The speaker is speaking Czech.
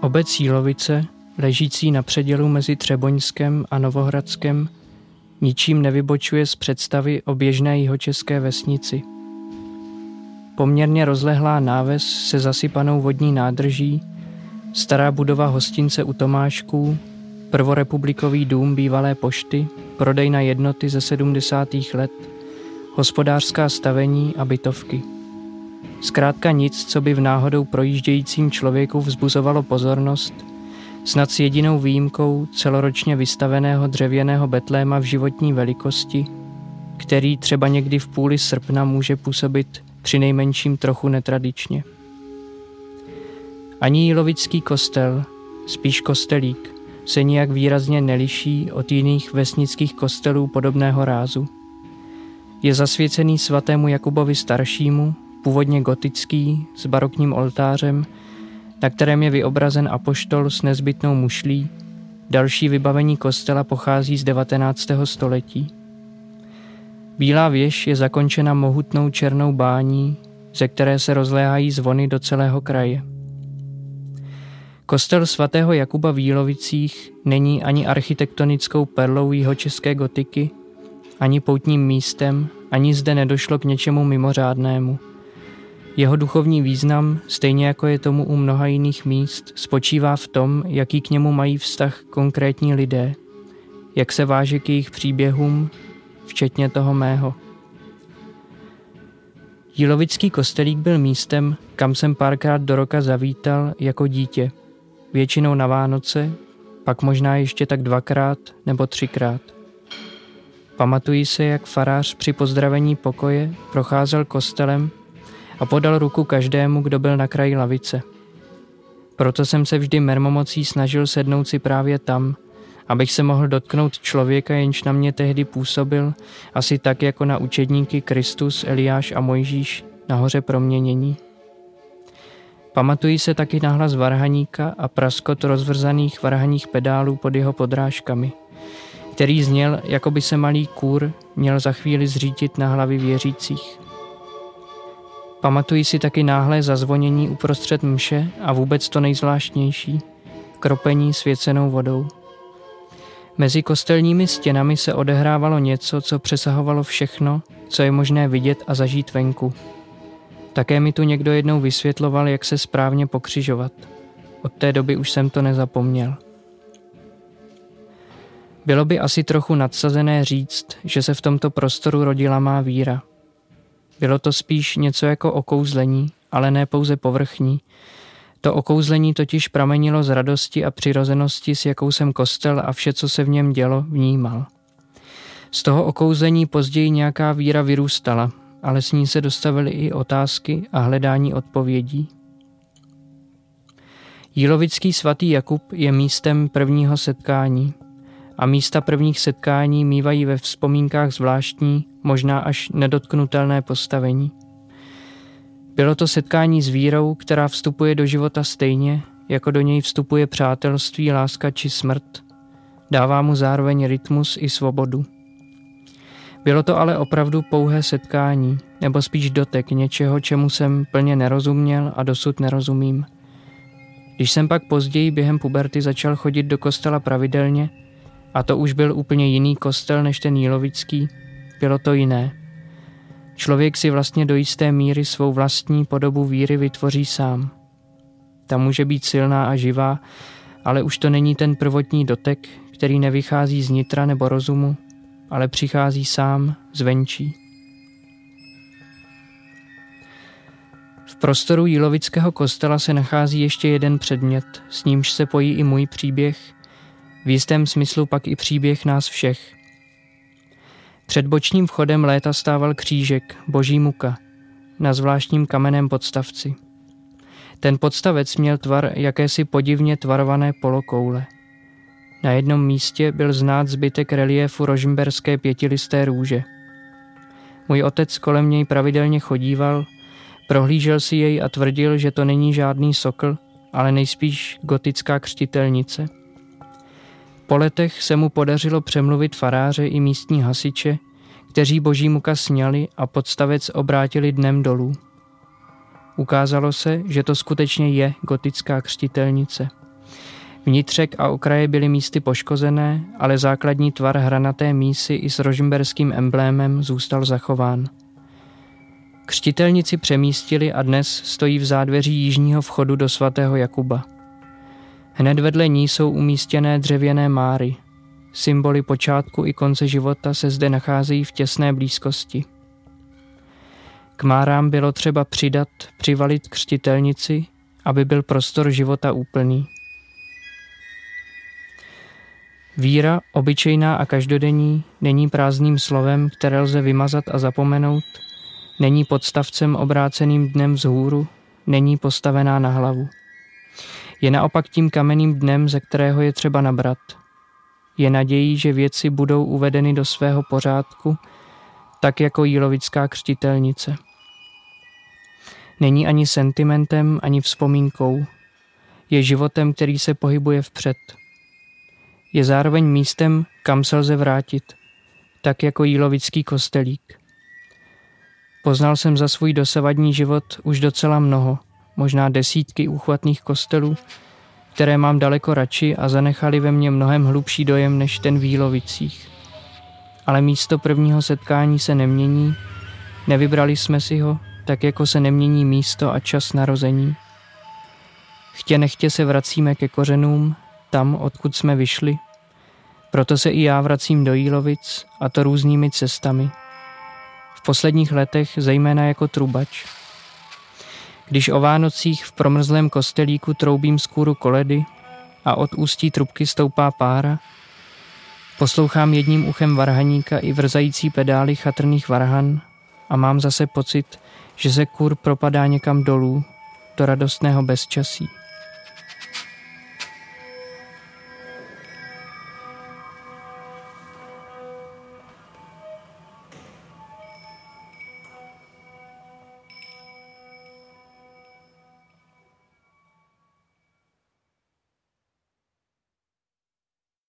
Obec Jílovice, ležící na předělu mezi Třeboňskem a Novohradskem, ničím nevybočuje z představy o běžné jihočeské vesnici. Poměrně rozlehlá náves se zasypanou vodní nádrží, stará budova hostince u Tomášků, prvorepublikový dům bývalé pošty, prodejna jednoty ze 70. let, hospodářská stavení a bytovky. Zkrátka nic, co by v náhodou projíždějícím člověku vzbuzovalo pozornost, snad s jedinou výjimkou celoročně vystaveného dřevěného betléma v životní velikosti, který třeba někdy v půli srpna může působit přinejmenším trochu netradičně. Ani jílovický kostel, spíš kostelík, se nijak výrazně neliší od jiných vesnických kostelů podobného rázu. Je zasvěcený svatému Jakubovi staršímu, původně gotický, s barokním oltářem, na kterém je vyobrazen apoštol s nezbytnou mušlí. Další vybavení kostela pochází z 19. století. Bílá věž je zakončena mohutnou černou bání, ze které se rozléhají zvony do celého kraje. Kostel svatého Jakuba v Jílovicích není ani architektonickou perlou jihočeské gotiky, ani poutním místem, ani zde nedošlo k něčemu mimořádnému. Jeho duchovní význam, stejně jako je tomu u mnoha jiných míst, spočívá v tom, jaký k němu mají vztah konkrétní lidé, jak se váže k jejich příběhům, včetně toho mého. Jílovický kostelík byl místem, kam jsem párkrát do roka zavítal jako dítě, většinou na Vánoce, pak možná ještě tak 2krát nebo 3krát. Pamatuji se, jak farář při pozdravení pokoje procházel kostelem a podal ruku každému, kdo byl na kraji lavice. Proto jsem se vždy mermomocí snažil sednout si právě tam, abych se mohl dotknout člověka, jenž na mě tehdy působil, asi tak jako na učedníky Kristus, Eliáš a Mojžíš na hoře proměnění. Pamatuji se taky na hlas varhaníka a praskot rozvrzaných varhaních pedálů pod jeho podrážkami, který zněl, jako by se malý kůr měl za chvíli zřítit na hlavy věřících. Pamatuji si taky náhlé zazvonění uprostřed mše a vůbec to nejzvláštnější, kropení svěcenou vodou. Mezi kostelními stěnami se odehrávalo něco, co přesahovalo všechno, co je možné vidět a zažít venku. Také mi tu někdo jednou vysvětloval, jak se správně pokřižovat. Od té doby už jsem to nezapomněl. Bylo by asi trochu nadsazené říct, že se v tomto prostoru rodila má víra. Bylo to spíš něco jako okouzlení, ale ne pouze povrchní. To okouzlení totiž pramenilo z radosti a přirozenosti, s jakou jsem kostel a vše, co se v něm dělo, vnímal. Z toho okouzlení později nějaká víra vyrůstala, ale s ní se dostavily i otázky a hledání odpovědí. Jílovický svatý Jakub je místem prvního setkání a místa prvních setkání mívají ve vzpomínkách zvláštní, možná až nedotknutelné postavení. Bylo to setkání s vírou, která vstupuje do života stejně, jako do něj vstupuje přátelství, láska či smrt. Dává mu zároveň rytmus i svobodu. Bylo to ale opravdu pouhé setkání, nebo spíš dotek něčeho, čemu jsem plně nerozuměl a dosud nerozumím. Když jsem pak později během puberty začal chodit do kostela pravidelně, a to už byl úplně jiný kostel než ten jílovický, bylo to jiné. Člověk si vlastně do jisté míry svou vlastní podobu víry vytvoří sám. Ta může být silná a živá, ale už to není ten prvotní dotek, který nevychází z nitra nebo rozumu, ale přichází sám zvenčí. V prostoru jílovického kostela se nachází ještě jeden předmět, s nímž se pojí i můj příběh, v jistém smyslu pak i příběh nás všech. Před bočním vchodem léta stával křížek, boží muka, na zvláštním kamenném podstavci. Ten podstavec měl tvar jakési podivně tvarované polokoule. Na jednom místě byl znát zbytek reliéfu rožmberské pětilisté růže. Můj otec kolem něj pravidelně chodíval, prohlížel si jej a tvrdil, že to není žádný sokl, ale nejspíš gotická křtitelnice. Po letech se mu podařilo přemluvit faráře i místní hasiče, kteří boží muka sňali a podstavec obrátili dnem dolů. Ukázalo se, že to skutečně je gotická křtitelnice. Vnitřek a okraje byly místy poškozené, ale základní tvar hranaté mísy i s rožmberským emblémem zůstal zachován. Křtitelnici přemístili a dnes stojí v zádveří jižního vchodu do svatého Jakuba. Hned vedle ní jsou umístěné dřevěné máry. Symboly počátku i konce života se zde nacházejí v těsné blízkosti. K márám bylo třeba přivalit křtitelnici, aby byl prostor života úplný. Víra, obyčejná a každodenní, není prázdným slovem, které lze vymazat a zapomenout, není podstavcem obráceným dnem vzhůru, není postavená na hlavu. Je naopak tím kamenným dnem, ze kterého je třeba nabrat. Je nadějí, že věci budou uvedeny do svého pořádku, tak jako jílovická křtitelnice. Není ani sentimentem, ani vzpomínkou. Je životem, který se pohybuje vpřed. Je zároveň místem, kam se lze vrátit, tak jako jílovický kostelík. Poznal jsem za svůj dosavadní život už docela mnoho, možná desítky úchvatných kostelů, které mám daleko radši a zanechali ve mně mnohem hlubší dojem než ten v Jílovicích. Ale místo prvního setkání se nemění, nevybrali jsme si ho, tak jako se nemění místo a čas narození. Chtě nechtě se vracíme ke kořenům, tam, odkud jsme vyšli. Proto se i já vracím do Jílovic, a to různými cestami. V posledních letech zejména jako trubač. Když o Vánocích v promrzlém kostelíku troubím z kůru koledy a od ústí trubky stoupá pára, poslouchám jedním uchem varhaníka i vrzající pedály chatrných varhan a mám zase pocit, že se kůr propadá někam dolů, do radostného bezčasí.